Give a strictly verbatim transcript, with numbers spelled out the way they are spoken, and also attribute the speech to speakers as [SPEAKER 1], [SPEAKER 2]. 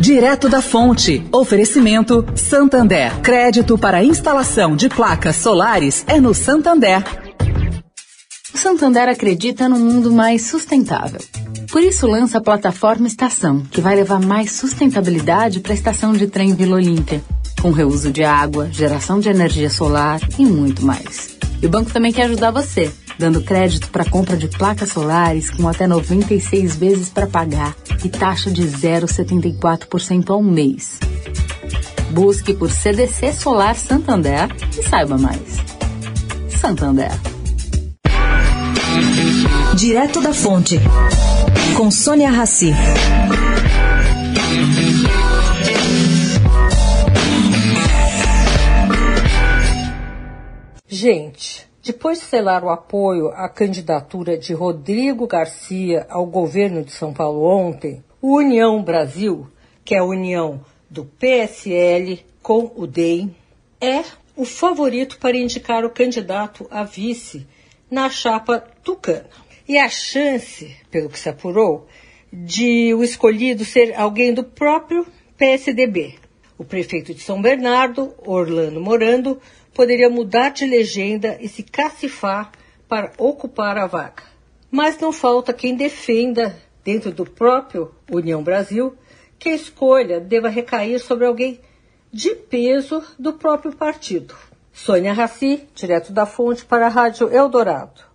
[SPEAKER 1] Direto da fonte. Oferecimento Santander. Crédito para instalação de placas solares é no Santander.
[SPEAKER 2] O Santander acredita num mundo mais sustentável. Por isso lança a plataforma Estação, que vai levar mais sustentabilidade para a estação de trem Vila Olímpia, com reuso de água, geração de energia solar e muito mais. E o banco também quer ajudar você, dando crédito para compra de placas solares com até noventa e seis vezes para pagar e taxa de zero vírgula setenta e quatro por cento ao mês. Busque por C D C Solar Santander e saiba mais. Santander.
[SPEAKER 3] Direto da fonte, com Sônia Rassi.
[SPEAKER 4] Gente, depois de selar o apoio à candidatura de Rodrigo Garcia ao governo de São Paulo ontem, o União Brasil, que é a união do P S L com o D E M, é o favorito para indicar o candidato a vice na chapa tucana. E a chance, pelo que se apurou, de o escolhido ser alguém do próprio P S D B. O prefeito de São Bernardo, Orlando Morando, poderia mudar de legenda e se cacifar para ocupar a vaga. Mas não falta quem defenda, dentro do próprio União Brasil, que a escolha deva recair sobre alguém de peso do próprio partido. Sônia Rassi, direto da fonte para a Rádio Eldorado.